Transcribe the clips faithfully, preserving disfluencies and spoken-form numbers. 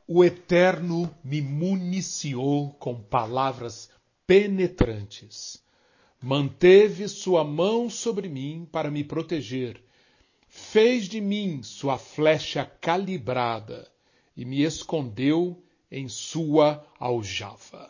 O Eterno me municiou com palavras penetrantes. Manteve sua mão sobre mim para me proteger. Fez de mim sua flecha calibrada e me escondeu em sua aljava.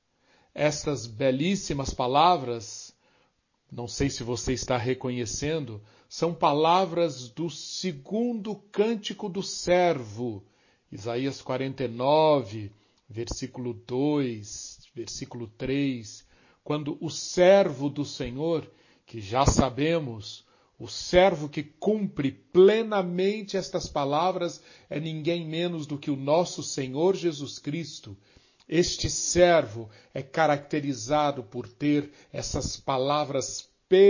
Estas belíssimas palavras, não sei se você está reconhecendo, são palavras do segundo cântico do servo, Isaías quarenta e nove, versículo dois, versículo três, quando o servo do Senhor, que já sabemos, o servo que cumpre plenamente estas palavras é ninguém menos do que o nosso Senhor Jesus Cristo. Este servo é caracterizado por ter essas palavras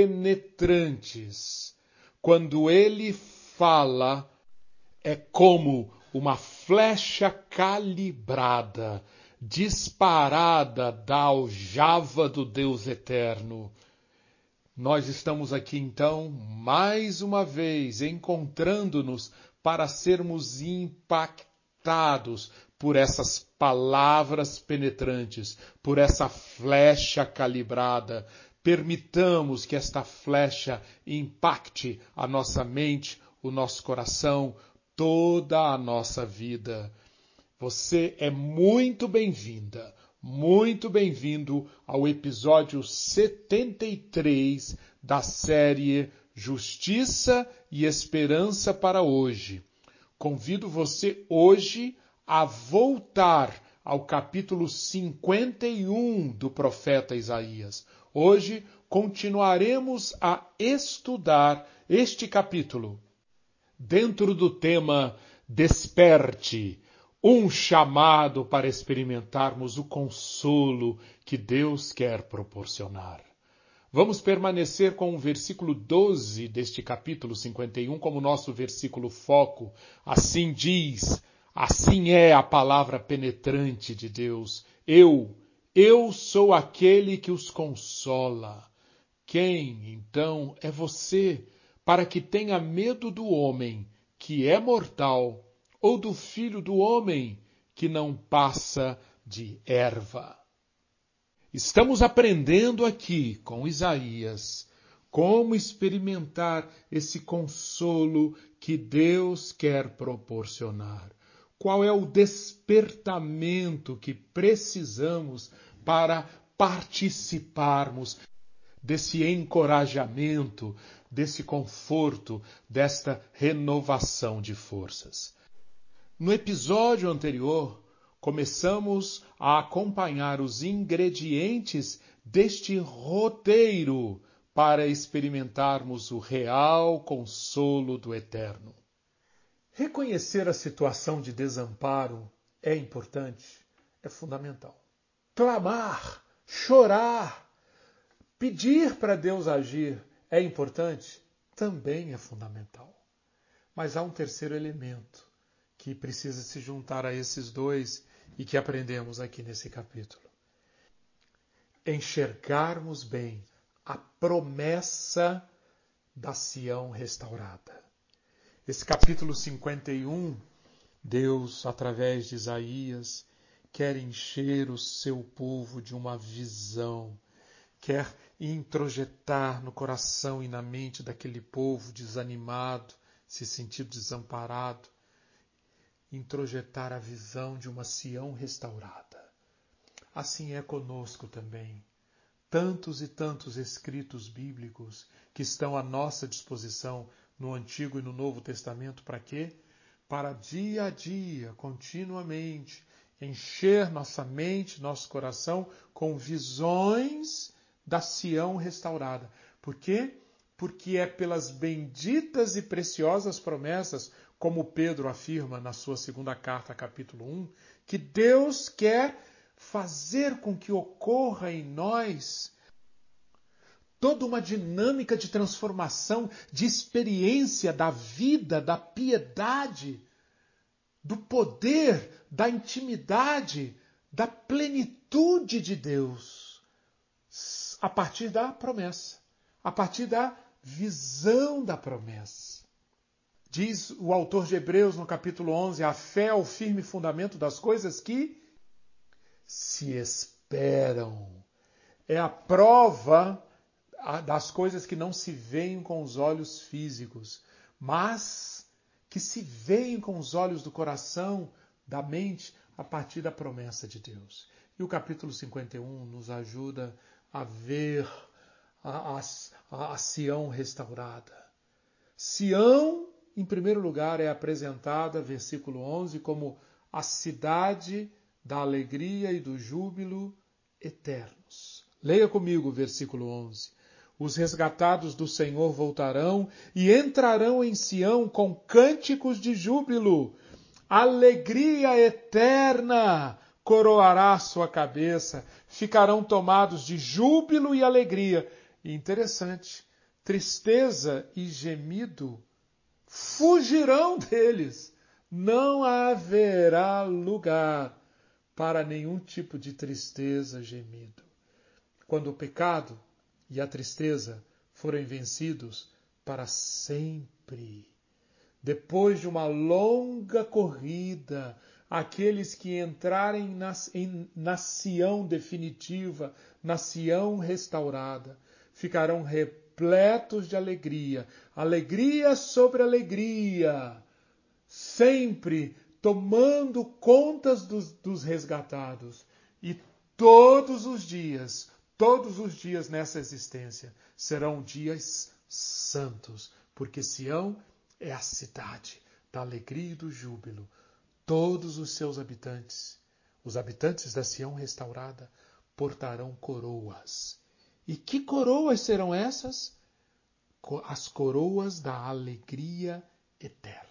penetrantes. Quando ele fala, é como uma flecha calibrada, disparada da aljava do Deus eterno. Nós estamos aqui então, mais uma vez, encontrando-nos para sermos impactados por essas palavras penetrantes, por essa flecha calibrada. Permitamos que esta flecha impacte a nossa mente, o nosso coração, toda a nossa vida. Você é muito bem-vinda, muito bem-vindo ao episódio setenta e três da série Justiça e Esperança para hoje. Convido você hoje a voltar ao capítulo cinquenta e um do profeta Isaías. Hoje continuaremos a estudar este capítulo dentro do tema Desperte, um chamado para experimentarmos o consolo que Deus quer proporcionar. Vamos permanecer com o versículo doze deste capítulo cinquenta e um como nosso versículo foco. Assim diz, assim é a palavra penetrante de Deus. Eu, eu sou aquele que os consola. Quem, então, é você, para que tenha medo do homem, que é mortal, ou do filho do homem, que não passa de erva? Estamos aprendendo aqui com Isaías como experimentar esse consolo que Deus quer proporcionar. Qual é o despertamento que precisamos para participarmos desse encorajamento, desse conforto, desta renovação de forças. No episódio anterior, começamos a acompanhar os ingredientes deste roteiro para experimentarmos o real consolo do Eterno. Reconhecer a situação de desamparo é importante, é fundamental. Clamar, chorar, pedir para Deus agir é importante? Também é fundamental. Mas há um terceiro elemento que precisa se juntar a esses dois e que aprendemos aqui nesse capítulo. Enxergarmos bem a promessa da Sião restaurada. Esse capítulo cinquenta e um, Deus, através de Isaías, quer encher o seu povo de uma visão, quer introjetar no coração e na mente daquele povo desanimado, se sentir desamparado, introjetar a visão de uma Sião restaurada. Assim é conosco também. Tantos e tantos escritos bíblicos que estão à nossa disposição no Antigo e no Novo Testamento, para quê? Para dia a dia, continuamente, encher nossa mente, nosso coração com visões da Sião restaurada. Por quê? Porque é pelas benditas e preciosas promessas, como Pedro afirma na sua segunda carta, capítulo um, que Deus quer fazer com que ocorra em nós toda uma dinâmica de transformação, de experiência da vida, da piedade, do poder, da intimidade, da plenitude de Deus, a partir da promessa, a partir da visão da promessa. Diz o autor de Hebreus no capítulo onze, a fé é o firme fundamento das coisas que se esperam. É a prova das coisas que não se veem com os olhos físicos, mas que se veem com os olhos do coração, da mente, a partir da promessa de Deus. E o capítulo cinquenta e um nos ajuda a ver a, a, a Sião restaurada. Sião, em primeiro lugar, é apresentada, versículo onze, como a cidade da alegria e do júbilo eternos. Leia comigo o versículo onze. Os resgatados do Senhor voltarão e entrarão em Sião com cânticos de júbilo. Alegria eterna coroará sua cabeça. Ficarão tomados de júbilo e alegria. E interessante, tristeza e gemido fugirão deles. Não haverá lugar para nenhum tipo de tristeza, gemido. Quando o pecado e a tristeza forem vencidos para sempre. Depois de uma longa corrida, aqueles que entrarem na, em, na Sião definitiva, na Sião restaurada, ficarão repletos de alegria, alegria sobre alegria, sempre tomando contas dos, dos resgatados. E todos os dias, todos os dias nessa existência serão dias santos, porque Sião é a cidade da alegria e do júbilo. Todos os seus habitantes, os habitantes da Sião restaurada, portarão coroas. E que coroas serão essas? As coroas da alegria eterna.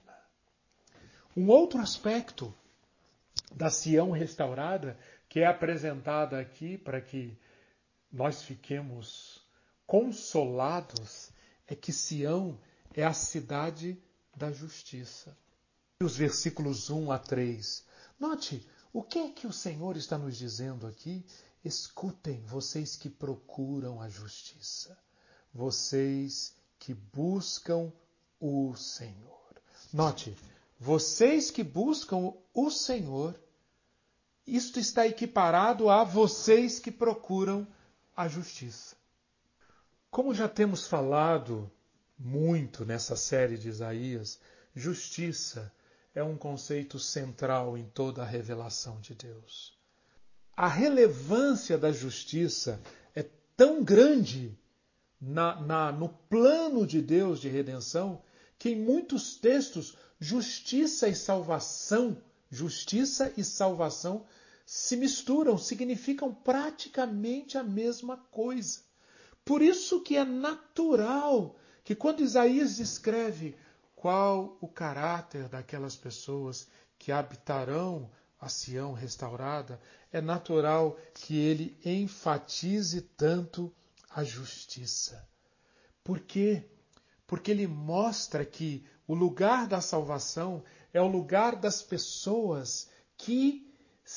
Um outro aspecto da Sião restaurada, que é apresentada aqui para que nós fiquemos consolados, é que Sião é a cidade da justiça. Os versículos um a três. Note, o que é que o Senhor está nos dizendo aqui? Escutem, vocês que procuram a justiça, vocês que buscam o Senhor. Note, vocês que buscam o Senhor, isto está equiparado a vocês que procuram a justiça. Como já temos falado muito nessa série de Isaías, justiça é um conceito central em toda a revelação de Deus. A relevância da justiça é tão grande na, na, no plano de Deus de redenção que em muitos textos justiça e salvação, justiça e salvação se misturam, significam praticamente a mesma coisa. Por isso que é natural que quando Isaías descreve qual o caráter daquelas pessoas que habitarão a Sião restaurada, é natural que ele enfatize tanto a justiça. Por quê? Porque ele mostra que o lugar da salvação é o lugar das pessoas que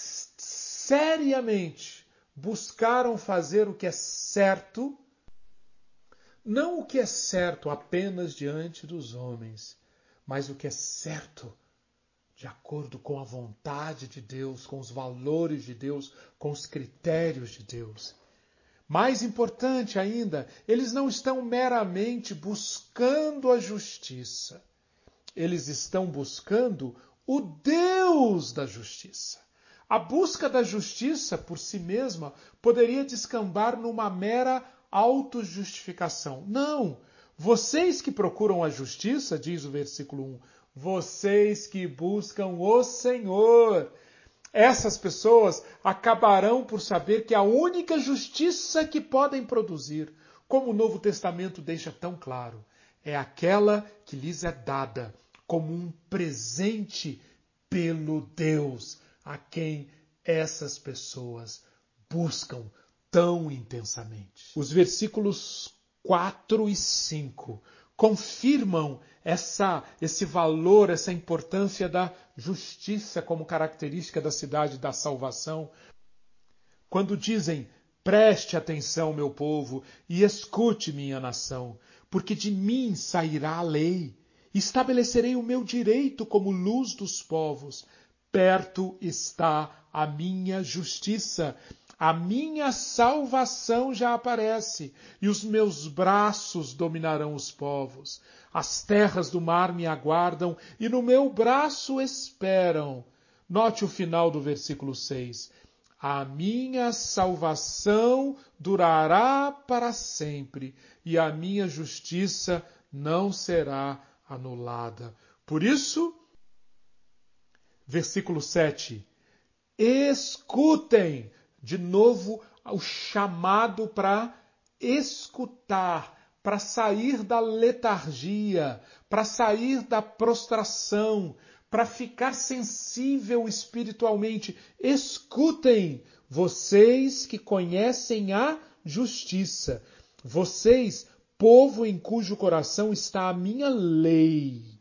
seriamente buscaram fazer o que é certo, não o que é certo apenas diante dos homens, mas o que é certo de acordo com a vontade de Deus, com os valores de Deus, com os critérios de Deus. Mais importante ainda, eles não estão meramente buscando a justiça. Eles estão buscando o Deus da justiça. A busca da justiça por si mesma poderia descambar numa mera autojustificação. Não! Vocês que procuram a justiça, diz o versículo um, vocês que buscam o Senhor. Essas pessoas acabarão por saber que a única justiça que podem produzir, como o Novo Testamento deixa tão claro, é aquela que lhes é dada como um presente pelo Deus a quem essas pessoas buscam tão intensamente. Os versículos quatro e cinco confirmam essa, esse valor, essa importância da justiça como característica da cidade da salvação. Quando dizem, preste atenção, meu povo, e escute, minha nação, porque de mim sairá a lei, Estabelecerei o meu direito como luz dos povos. Perto está a minha justiça. A minha salvação já aparece, e os meus braços dominarão os povos. As terras do mar me aguardam, e no meu braço esperam. Note o final do versículo seis. A minha salvação durará para sempre, e a minha justiça não será anulada. Por isso, versículo sete. Escutem! De novo, o chamado para escutar, para sair da letargia, para sair da prostração, para ficar sensível espiritualmente. Escutem, vocês que conhecem a justiça, vocês, povo em cujo coração está a minha lei.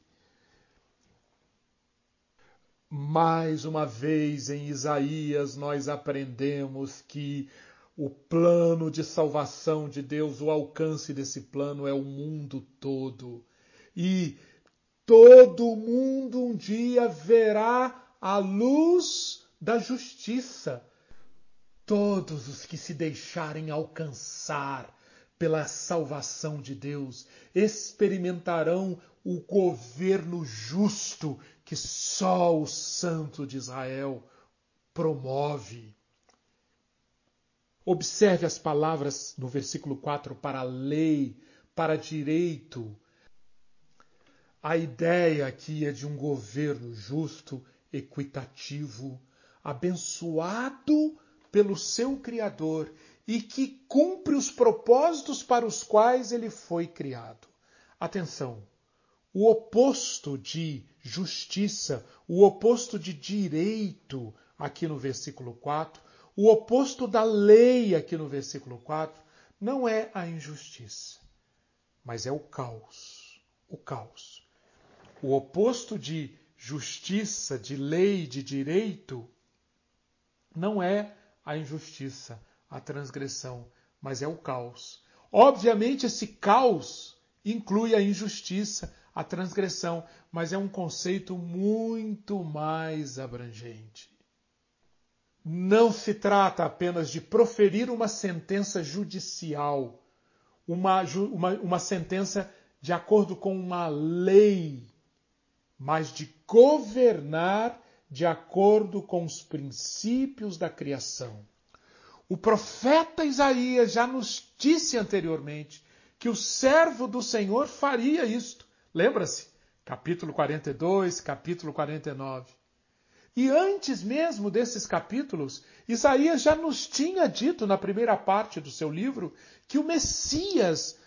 Mais uma vez em Isaías nós aprendemos que o plano de salvação de Deus, o alcance desse plano é o mundo todo. E todo mundo um dia verá a luz da justiça. Todos os que se deixarem alcançar pela salvação de Deus experimentarão o governo justo que só o Santo de Israel promove. Observe as palavras no versículo quatro para lei, para direito. A ideia aqui é de um governo justo, equitativo, abençoado pelo seu Criador e que cumpre os propósitos para os quais ele foi criado. Atenção! O oposto de justiça, o oposto de direito, aqui no versículo quatro, o oposto da lei, aqui no versículo quatro, não é a injustiça, mas é o caos. O caos. O oposto de justiça, de lei, de direito, não é a injustiça, a transgressão, mas é o caos. Obviamente, esse caos inclui a injustiça, a transgressão, mas é um conceito muito mais abrangente. Não se trata apenas de proferir uma sentença judicial, uma, uma, uma sentença de acordo com uma lei, mas de governar de acordo com os princípios da criação. O profeta Isaías já nos disse anteriormente que o servo do Senhor faria isto. Lembra-se? Capítulo quarenta e dois, capítulo quarenta e nove. E antes mesmo desses capítulos, Isaías já nos tinha dito na primeira parte do seu livro que o Messias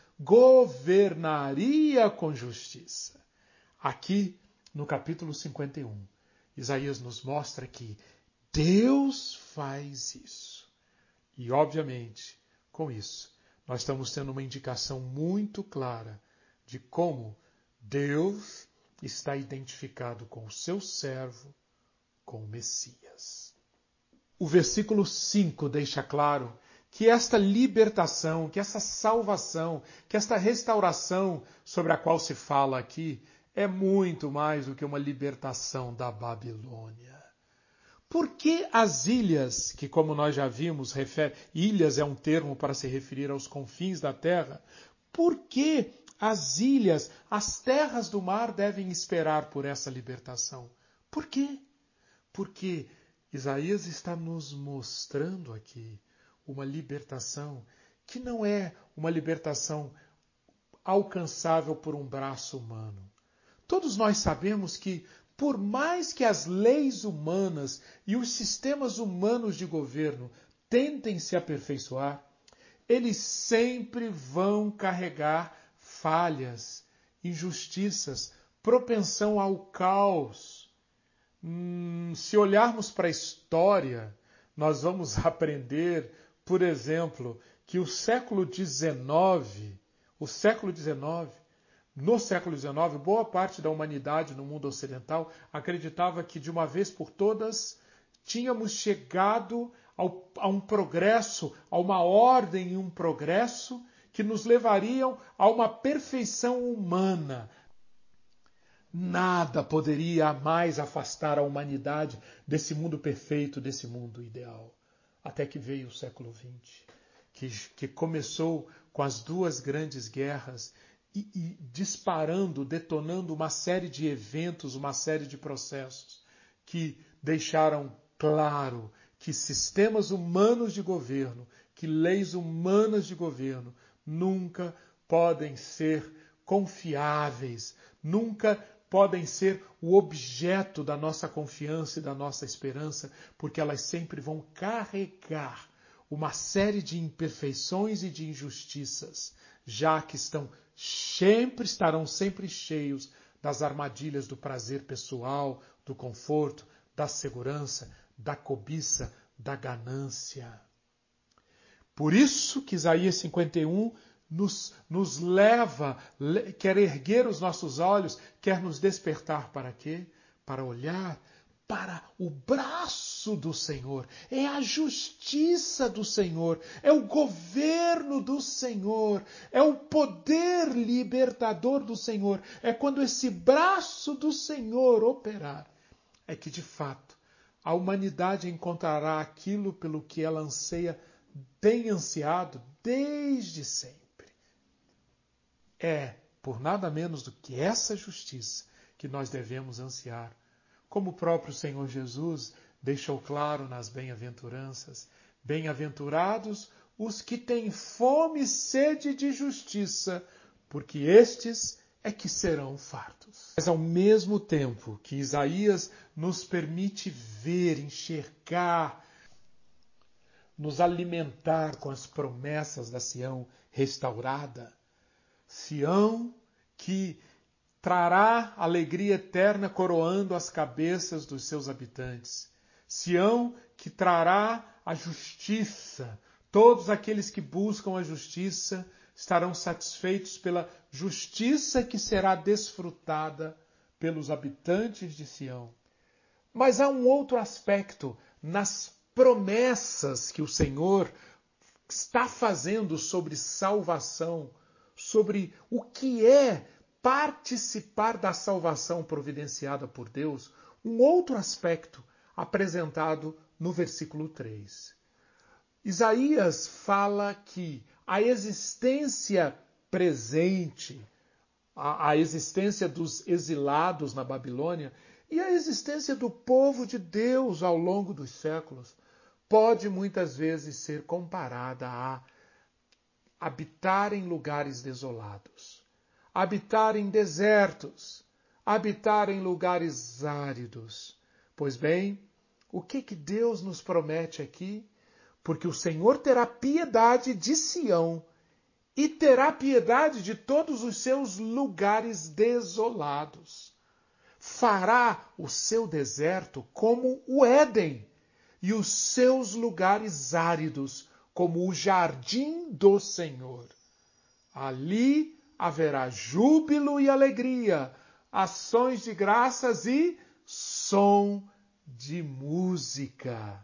governaria com justiça. Aqui, no capítulo cinquenta e um, Isaías nos mostra que Deus faz isso. E, obviamente, com isso, nós estamos tendo uma indicação muito clara de como Deus está identificado com o seu servo, com o Messias. O versículo cinco deixa claro que esta libertação, que essa salvação, que esta restauração sobre a qual se fala aqui é muito mais do que uma libertação da Babilônia. Por que as ilhas, que como nós já vimos, refere, ilhas é um termo para se referir aos confins da terra, por que as ilhas, as terras do mar devem esperar por essa libertação? Por quê? Porque Isaías está nos mostrando aqui uma libertação que não é uma libertação alcançável por um braço humano. Todos nós sabemos que, por mais que as leis humanas e os sistemas humanos de governo tentem se aperfeiçoar, eles sempre vão carregar falhas, injustiças, propensão ao caos. Hum, se olharmos para a história, nós vamos aprender, por exemplo, que o século dezenove, o século dezenove, no século dezenove, boa parte da humanidade no mundo ocidental acreditava que de uma vez por todas tínhamos chegado ao, a um progresso, a uma ordem e um progresso que nos levariam a uma perfeição humana. Nada poderia mais afastar a humanidade desse mundo perfeito, desse mundo ideal. Até que veio o século vinte, que, que começou com as duas grandes guerras e, e disparando, detonando uma série de eventos, uma série de processos que deixaram claro que sistemas humanos de governo, que leis humanas de governo nunca podem ser confiáveis, nunca podem ser o objeto da nossa confiança e da nossa esperança, porque elas sempre vão carregar uma série de imperfeições e de injustiças, já que estão sempre estarão sempre cheios das armadilhas do prazer pessoal, do conforto, da segurança, da cobiça, da ganância. Por isso que Isaías cinquenta e um nos, nos leva, quer erguer os nossos olhos, quer nos despertar para quê? Para olhar para o braço do Senhor. É a justiça do Senhor, é o governo do Senhor, é o poder libertador do Senhor. É quando esse braço do Senhor operar, é que de fato a humanidade encontrará aquilo pelo que ela anseia, tem ansiado desde sempre. É por nada menos do que essa justiça que nós devemos ansiar. Como o próprio Senhor Jesus deixou claro nas bem-aventuranças: bem-aventurados os que têm fome e sede de justiça, porque estes é que serão fartos. Mas ao mesmo tempo que Isaías nos permite ver, enxergar, nos alimentar com as promessas da Sião restaurada, Sião que trará alegria eterna coroando as cabeças dos seus habitantes. Sião que trará a justiça. Todos aqueles que buscam a justiça estarão satisfeitos pela justiça que será desfrutada pelos habitantes de Sião. Mas há um outro aspecto nas promessas que o Senhor está fazendo sobre salvação, sobre o que é participar da salvação providenciada por Deus, um outro aspecto apresentado no versículo três. Isaías fala que a existência presente, a, a existência dos exilados na Babilônia e a existência do povo de Deus ao longo dos séculos pode muitas vezes ser comparada a habitar em lugares desolados, habitar em desertos, habitar em lugares áridos. Pois bem, o que que Deus nos promete aqui? Porque o Senhor terá piedade de Sião e terá piedade de todos os seus lugares desolados. Fará o seu deserto como o Éden e os seus lugares áridos como o jardim do Senhor. Ali haverá júbilo e alegria, ações de graças e som de música.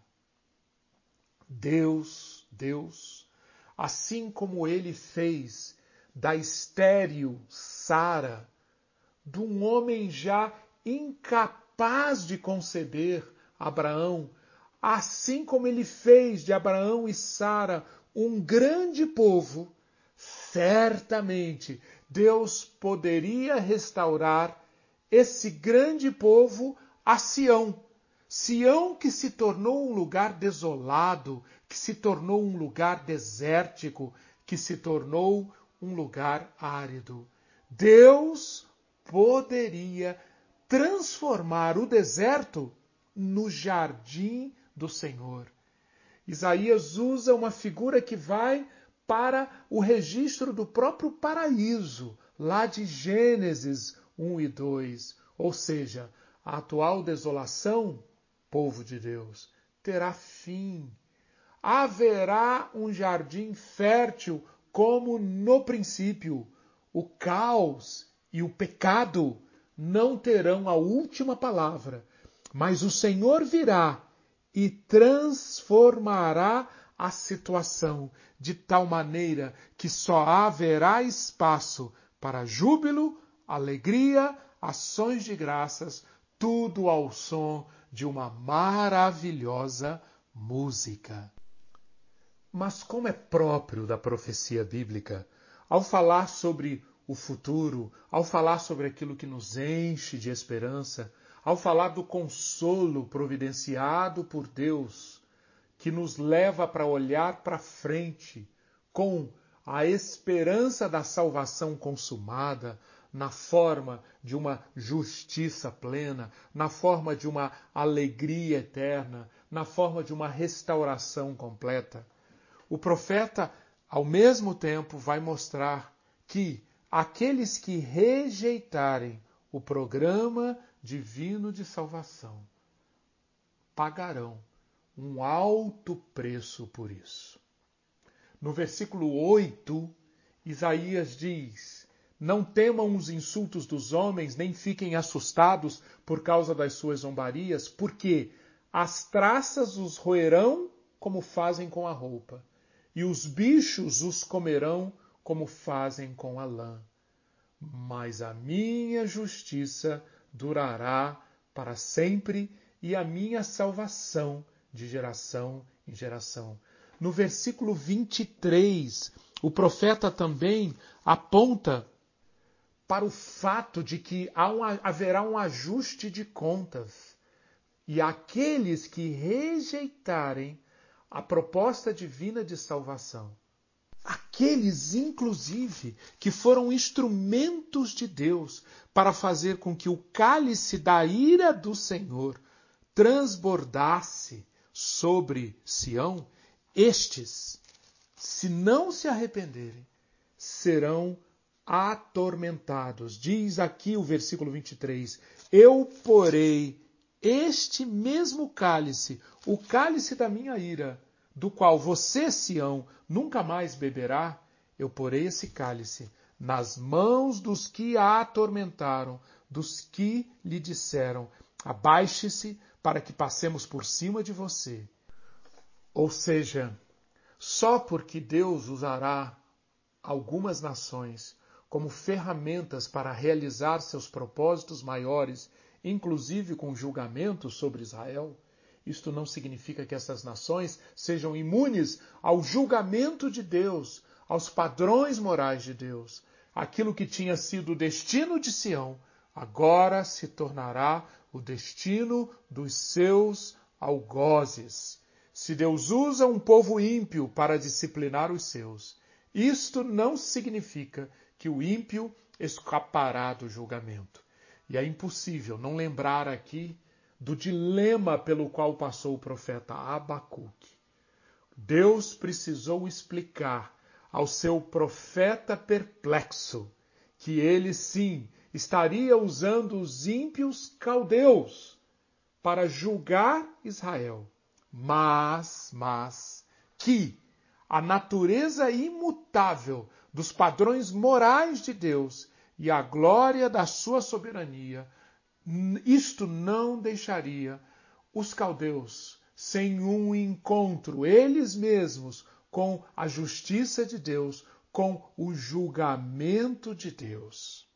Deus, Deus, assim como ele fez da estéril Sara, de um homem já incapaz de conceber, Abraão, assim como ele fez de Abraão e Sara um grande povo, certamente Deus poderia restaurar esse grande povo a Sião. Sião que se tornou um lugar desolado, que se tornou um lugar desértico, que se tornou um lugar árido. Deus poderia transformar o deserto no jardim do Senhor. Isaías usa uma figura que vai para o registro do próprio paraíso, lá de Gênesis um e dois. Ou seja, a atual desolação, povo de Deus, terá fim. Haverá um jardim fértil como no princípio. O caos e o pecado não terão a última palavra, mas o Senhor virá e transformará a situação de tal maneira que só haverá espaço para júbilo, alegria, ações de graças, tudo ao som de uma maravilhosa música. Mas como é próprio da profecia bíblica, ao falar sobre o futuro, ao falar sobre aquilo que nos enche de esperança, ao falar do consolo providenciado por Deus, que nos leva para olhar para frente com a esperança da salvação consumada, na forma de uma justiça plena, na forma de uma alegria eterna, na forma de uma restauração completa. O profeta, ao mesmo tempo, vai mostrar que aqueles que rejeitarem o programa divino de salvação pagarão um alto preço por isso. No versículo oito, Isaías diz: não temam os insultos dos homens, nem fiquem assustados por causa das suas zombarias, porque as traças os roerão como fazem com a roupa, e os bichos os comerão como fazem com a lã. Mas a minha justiça durará para sempre, e a minha salvação de geração em geração. No versículo vinte e três, o profeta também aponta para o fato de que há um, haverá um ajuste de contas. E aqueles que rejeitarem a proposta divina de salvação, aqueles, inclusive, que foram instrumentos de Deus para fazer com que o cálice da ira do Senhor transbordasse sobre Sião, estes, se não se arrependerem, serão atormentados. Diz aqui o versículo vinte e três: eu porei este mesmo cálice, o cálice da minha ira, do qual você, Sião, nunca mais beberá, eu porei esse cálice nas mãos dos que a atormentaram, dos que lhe disseram: abaixe-se para que passemos por cima de você. Ou seja, só porque Deus usará algumas nações como ferramentas para realizar seus propósitos maiores, inclusive com julgamento sobre Israel, isto não significa que essas nações sejam imunes ao julgamento de Deus, aos padrões morais de Deus. Aquilo que tinha sido o destino de Sião, agora se tornará o destino dos seus algozes. Se Deus usa um povo ímpio para disciplinar os seus, isto não significa que o ímpio escapará do julgamento. E é impossível não lembrar aqui do dilema pelo qual passou o profeta Abacuque. Deus precisou explicar ao seu profeta perplexo que ele, sim, estaria usando os ímpios caldeus para julgar Israel, mas, mas, que a natureza imutável dos padrões morais de Deus e a glória da sua soberania, isto não deixaria os caldeus sem um encontro, eles mesmos, com a justiça de Deus, com o julgamento de Deus.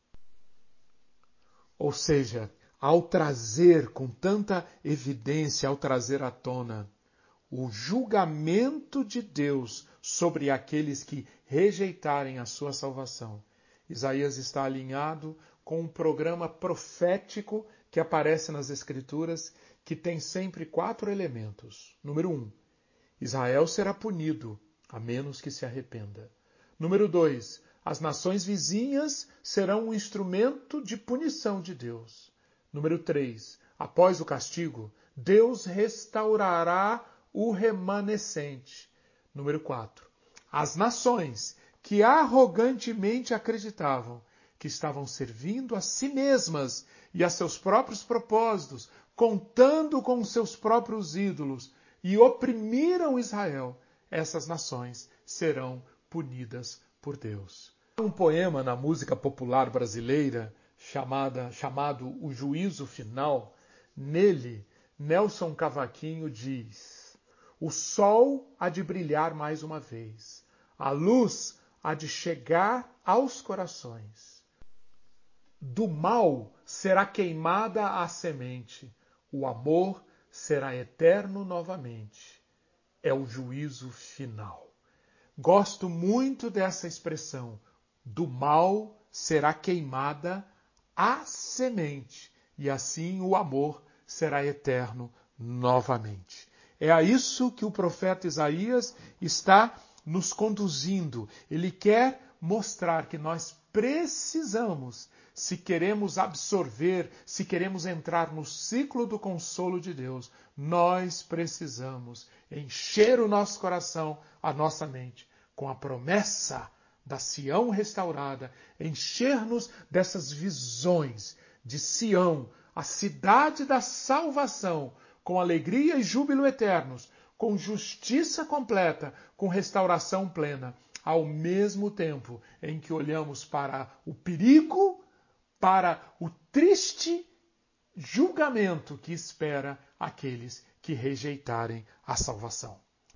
Ou seja, ao trazer com tanta evidência, ao trazer à tona o julgamento de Deus sobre aqueles que rejeitarem a sua salvação, Isaías está alinhado com um programa profético que aparece nas Escrituras, que tem sempre quatro elementos. Número um, Israel será punido, a menos que se arrependa. Número dois, as nações vizinhas serão um instrumento de punição de Deus. Número três, após o castigo, Deus restaurará o remanescente. Número quatro, as nações que arrogantemente acreditavam que estavam servindo a si mesmas e a seus próprios propósitos, contando com seus próprios ídolos, e oprimiram Israel, essas nações serão punidas por Deus. Há um poema na música popular brasileira chamada, chamado O Juízo Final. Nele, Nelson Cavaquinho diz: o sol há de brilhar mais uma vez, a luz há de chegar aos corações. do mal será queimada a semente, o amor será eterno novamente. É o juízo final. Gosto muito dessa expressão. Do mal será queimada a semente, e assim o amor será eterno novamente. É a isso que o profeta Isaías está nos conduzindo. Ele quer mostrar que nós precisamos, se queremos absorver, se queremos entrar no ciclo do consolo de Deus, nós precisamos encher o nosso coração, a nossa mente, com a promessa da Sião restaurada, encher-nos dessas visões de Sião, a cidade da salvação, com alegria e júbilo eternos, com justiça completa, com restauração plena, ao mesmo tempo em que olhamos para o perigo, para o triste julgamento que espera aqueles que rejeitarem a salvação.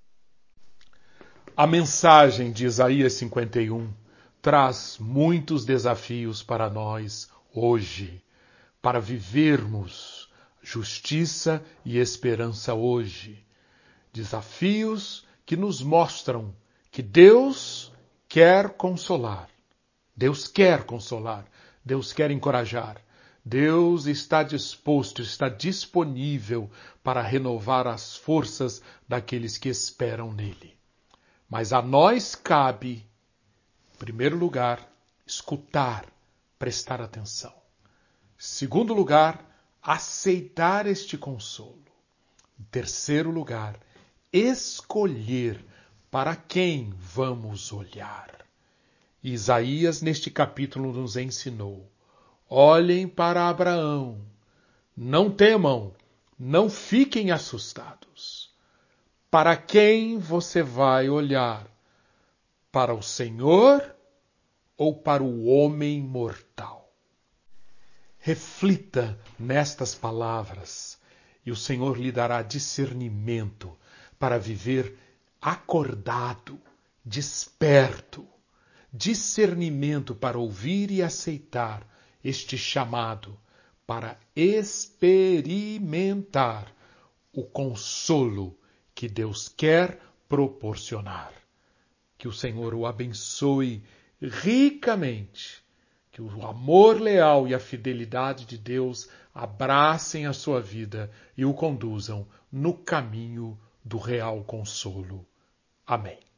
A mensagem de Isaías cinquenta e um traz muitos desafios para nós hoje, para vivermos justiça e esperança hoje. Desafios que nos mostram que Deus quer consolar. Deus quer consolar. Deus quer encorajar. Deus está disposto, está disponível para renovar as forças daqueles que esperam nele. Mas a nós cabe, em primeiro lugar, escutar, prestar atenção. Em segundo lugar, aceitar este consolo. Em terceiro lugar, escolher para quem vamos olhar. Isaías, neste capítulo, nos ensinou: olhem para Abraão, não temam, não fiquem assustados. Para quem você vai olhar? Para o Senhor ou para o homem mortal? Reflita nestas palavras e o Senhor lhe dará discernimento para viver acordado, desperto, discernimento para ouvir e aceitar este chamado para experimentar o consolo que Deus quer proporcionar. Que o Senhor o abençoe ricamente, que o amor leal e a fidelidade de Deus abracem a sua vida e o conduzam no caminho do real consolo. Amém.